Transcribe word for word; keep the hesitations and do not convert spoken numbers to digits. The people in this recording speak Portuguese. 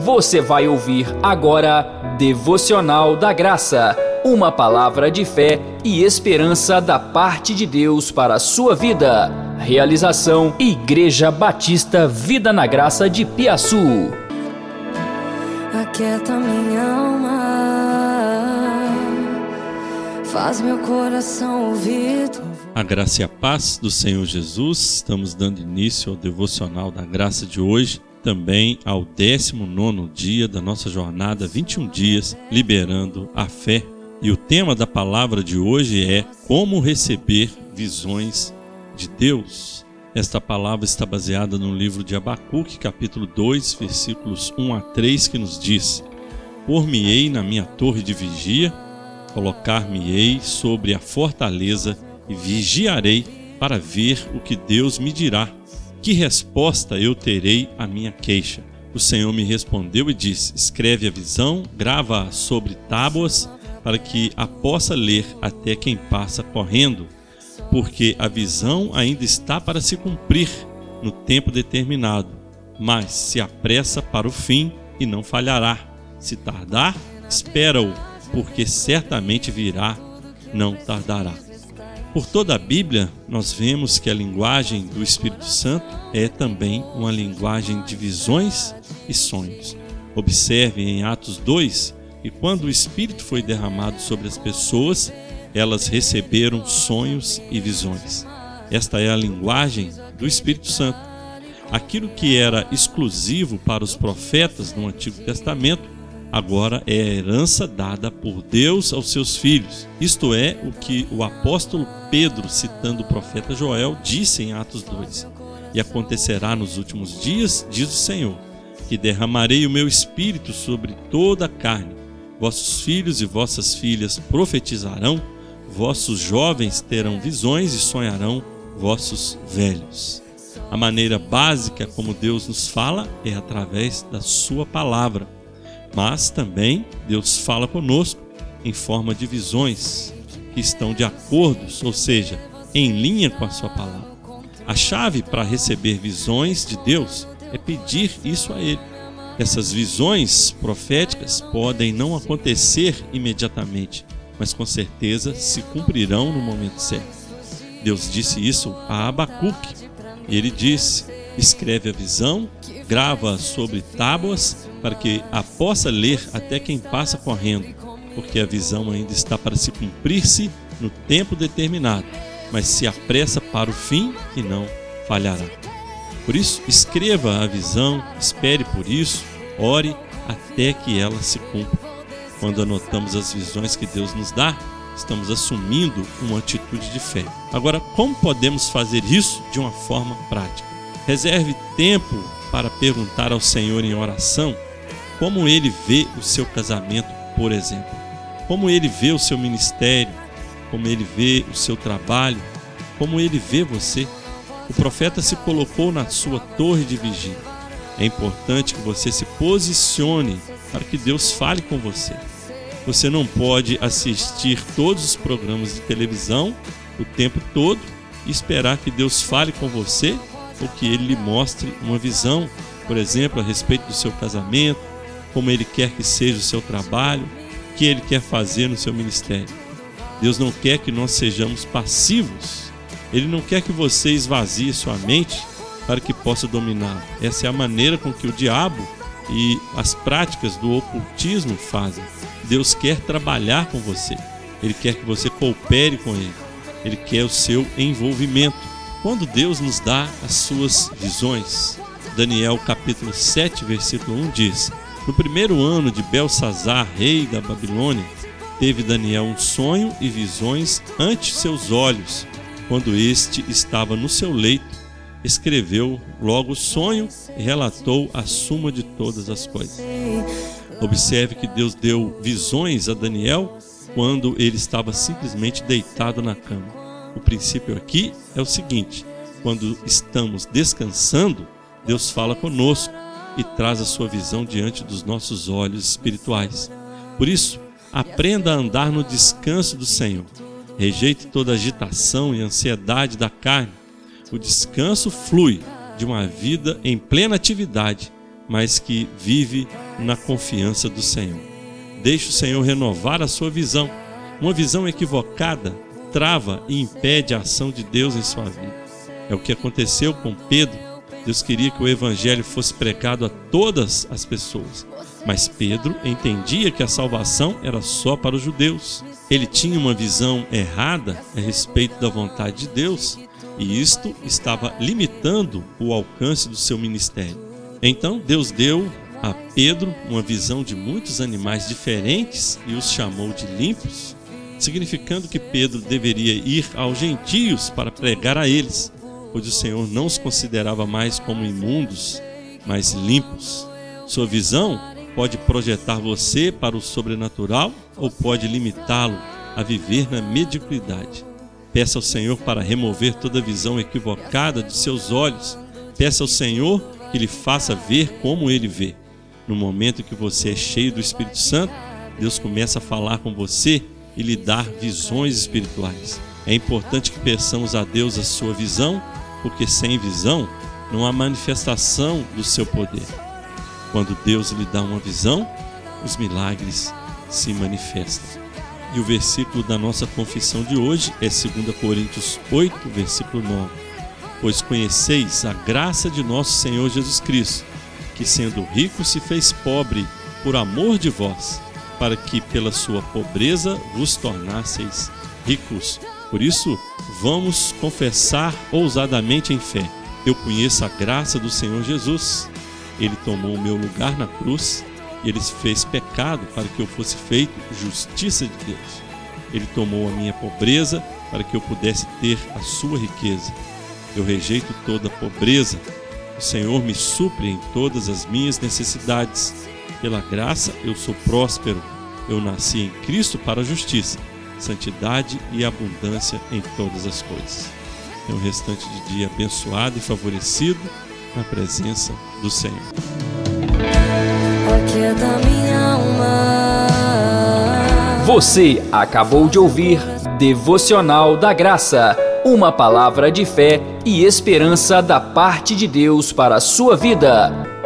Você vai ouvir agora Devocional da Graça, uma palavra de fé e esperança da parte de Deus para a sua vida. Realização Igreja Batista Vida na Graça de Piaçu. Aquieta minha alma, faz meu coração ouvir. A graça e a paz do Senhor Jesus. Estamos dando início ao Devocional da Graça de hoje, também ao décimo nono dia da nossa jornada, vinte e um dias, liberando a fé. E o tema da palavra de hoje é como receber visões de Deus. Esta palavra está baseada no livro de Abacuque, capítulo dois, versículos um a três, que nos diz: Por-me-ei na minha torre de vigia, colocar-me-ei sobre a fortaleza e vigiarei para ver o que Deus me dirá. Que resposta eu terei à minha queixa? O Senhor me respondeu e disse: Escreve a visão, grava-a sobre tábuas, para que a possa ler até quem passa correndo, porque a visão ainda está para se cumprir no tempo determinado, mas se apressa para o fim e não falhará. Se tardar, espera-o, porque certamente virá, não tardará. Por toda a Bíblia, nós vemos que a linguagem do Espírito Santo é também uma linguagem de visões e sonhos. Observe em Atos dois que quando o Espírito foi derramado sobre as pessoas, elas receberam sonhos e visões. Esta é a linguagem do Espírito Santo. Aquilo que era exclusivo para os profetas no Antigo Testamento, agora é a herança dada por Deus aos seus filhos. Isto é o que o apóstolo Pedro, citando o profeta Joel, disse em Atos dois. E acontecerá nos últimos dias, diz o Senhor, que derramarei o meu espírito sobre toda a carne. Vossos filhos e vossas filhas profetizarão, vossos jovens terão visões e sonharão vossos velhos. A maneira básica como Deus nos fala é através da sua palavra. Mas também Deus fala conosco em forma de visões que estão de acordo, ou seja, em linha com a sua palavra. A chave para receber visões de Deus é pedir isso a Ele. Essas visões proféticas podem não acontecer imediatamente, mas com certeza se cumprirão no momento certo. Deus disse isso a Abacuque. E ele disse: escreve a visão, grava sobre tábuas, para que a possa ler até quem passa correndo, porque a visão ainda está para se cumprir-se no tempo determinado, mas se apressa para o fim e não falhará. Por isso, escreva a visão, espere por isso, ore até que ela se cumpra. Quando anotamos as visões que Deus nos dá, estamos assumindo uma atitude de fé. Agora, como podemos fazer isso de uma forma prática? Reserve tempo para perguntar ao Senhor em oração como Ele vê o seu casamento, por exemplo, como Ele vê o seu ministério, como Ele vê o seu trabalho, como Ele vê você. O profeta se colocou na sua torre de vigia. É importante que você se posicione para que Deus fale com você. Você não pode assistir todos os programas de televisão o tempo todo e esperar que Deus fale com você ou que Ele lhe mostre uma visão, por exemplo, a respeito do seu casamento, como Ele quer que seja o seu trabalho, o que Ele quer fazer no seu ministério. Deus não quer que nós sejamos passivos. Ele não quer que você esvazie sua mente para que possa dominar. Essa é a maneira com que o diabo e as práticas do ocultismo fazem. Deus quer trabalhar com você. Ele quer que você coopere com Ele. Ele quer o seu envolvimento. Quando Deus nos dá as suas visões, Daniel capítulo sete, versículo um diz: No primeiro ano de Belsazar, rei da Babilônia, teve Daniel um sonho e visões ante seus olhos. Quando este estava no seu leito, escreveu logo o sonho e relatou a suma de todas as coisas. Observe que Deus deu visões a Daniel quando ele estava simplesmente deitado na cama. O princípio aqui é o seguinte: quando estamos descansando, Deus fala conosco e traz a sua visão diante dos nossos olhos espirituais. Por isso, aprenda a andar no descanso do Senhor. Rejeite toda agitação e ansiedade da carne. O descanso flui de uma vida em plena atividade, mas que vive na confiança do Senhor. Deixe o Senhor renovar a sua visão. Uma visão equivocada trava e impede a ação de Deus em sua vida. É o que aconteceu com Pedro. Deus queria que o evangelho fosse pregado a todas as pessoas, mas Pedro entendia que a salvação era só para os judeus. Ele tinha uma visão errada a respeito da vontade de Deus, e isto estava limitando o alcance do seu ministério. Então Deus deu a Pedro uma visão de muitos animais diferentes e os chamou de limpos, significando que Pedro deveria ir aos gentios para pregar a eles, pois o Senhor não os considerava mais como imundos, mas limpos. Sua visão pode projetar você para o sobrenatural ou pode limitá-lo a viver na mediocridade. Peça ao Senhor para remover toda visão equivocada de seus olhos. Peça ao Senhor que lhe faça ver como Ele vê. No momento que você é cheio do Espírito Santo, Deus começa a falar com você e lhe dar visões espirituais. É importante que peçamos a Deus a sua visão, porque sem visão não há manifestação do seu poder. Quando Deus lhe dá uma visão, os milagres se manifestam. E o versículo da nossa confissão de hoje é dois Coríntios oito, versículo nove. Pois conheceis a graça de nosso Senhor Jesus Cristo, que sendo rico se fez pobre por amor de vós, para que pela sua pobreza vos tornasseis ricos. Por isso, vamos confessar ousadamente em fé: eu conheço a graça do Senhor Jesus. Ele tomou o meu lugar na cruz e Ele se fez pecado para que eu fosse feito justiça de Deus. Ele tomou a minha pobreza para que eu pudesse ter a sua riqueza. Eu rejeito toda a pobreza. O Senhor me supre em todas as minhas necessidades. Pela graça eu sou próspero. Eu nasci em Cristo para a justiça, santidade e abundância em todas as coisas. Tenha um restante de dia abençoado e favorecido na presença do Senhor. Aqui é da minha alma. Você acabou de ouvir Devocional da Graça, uma palavra de fé e esperança da parte de Deus para a sua vida.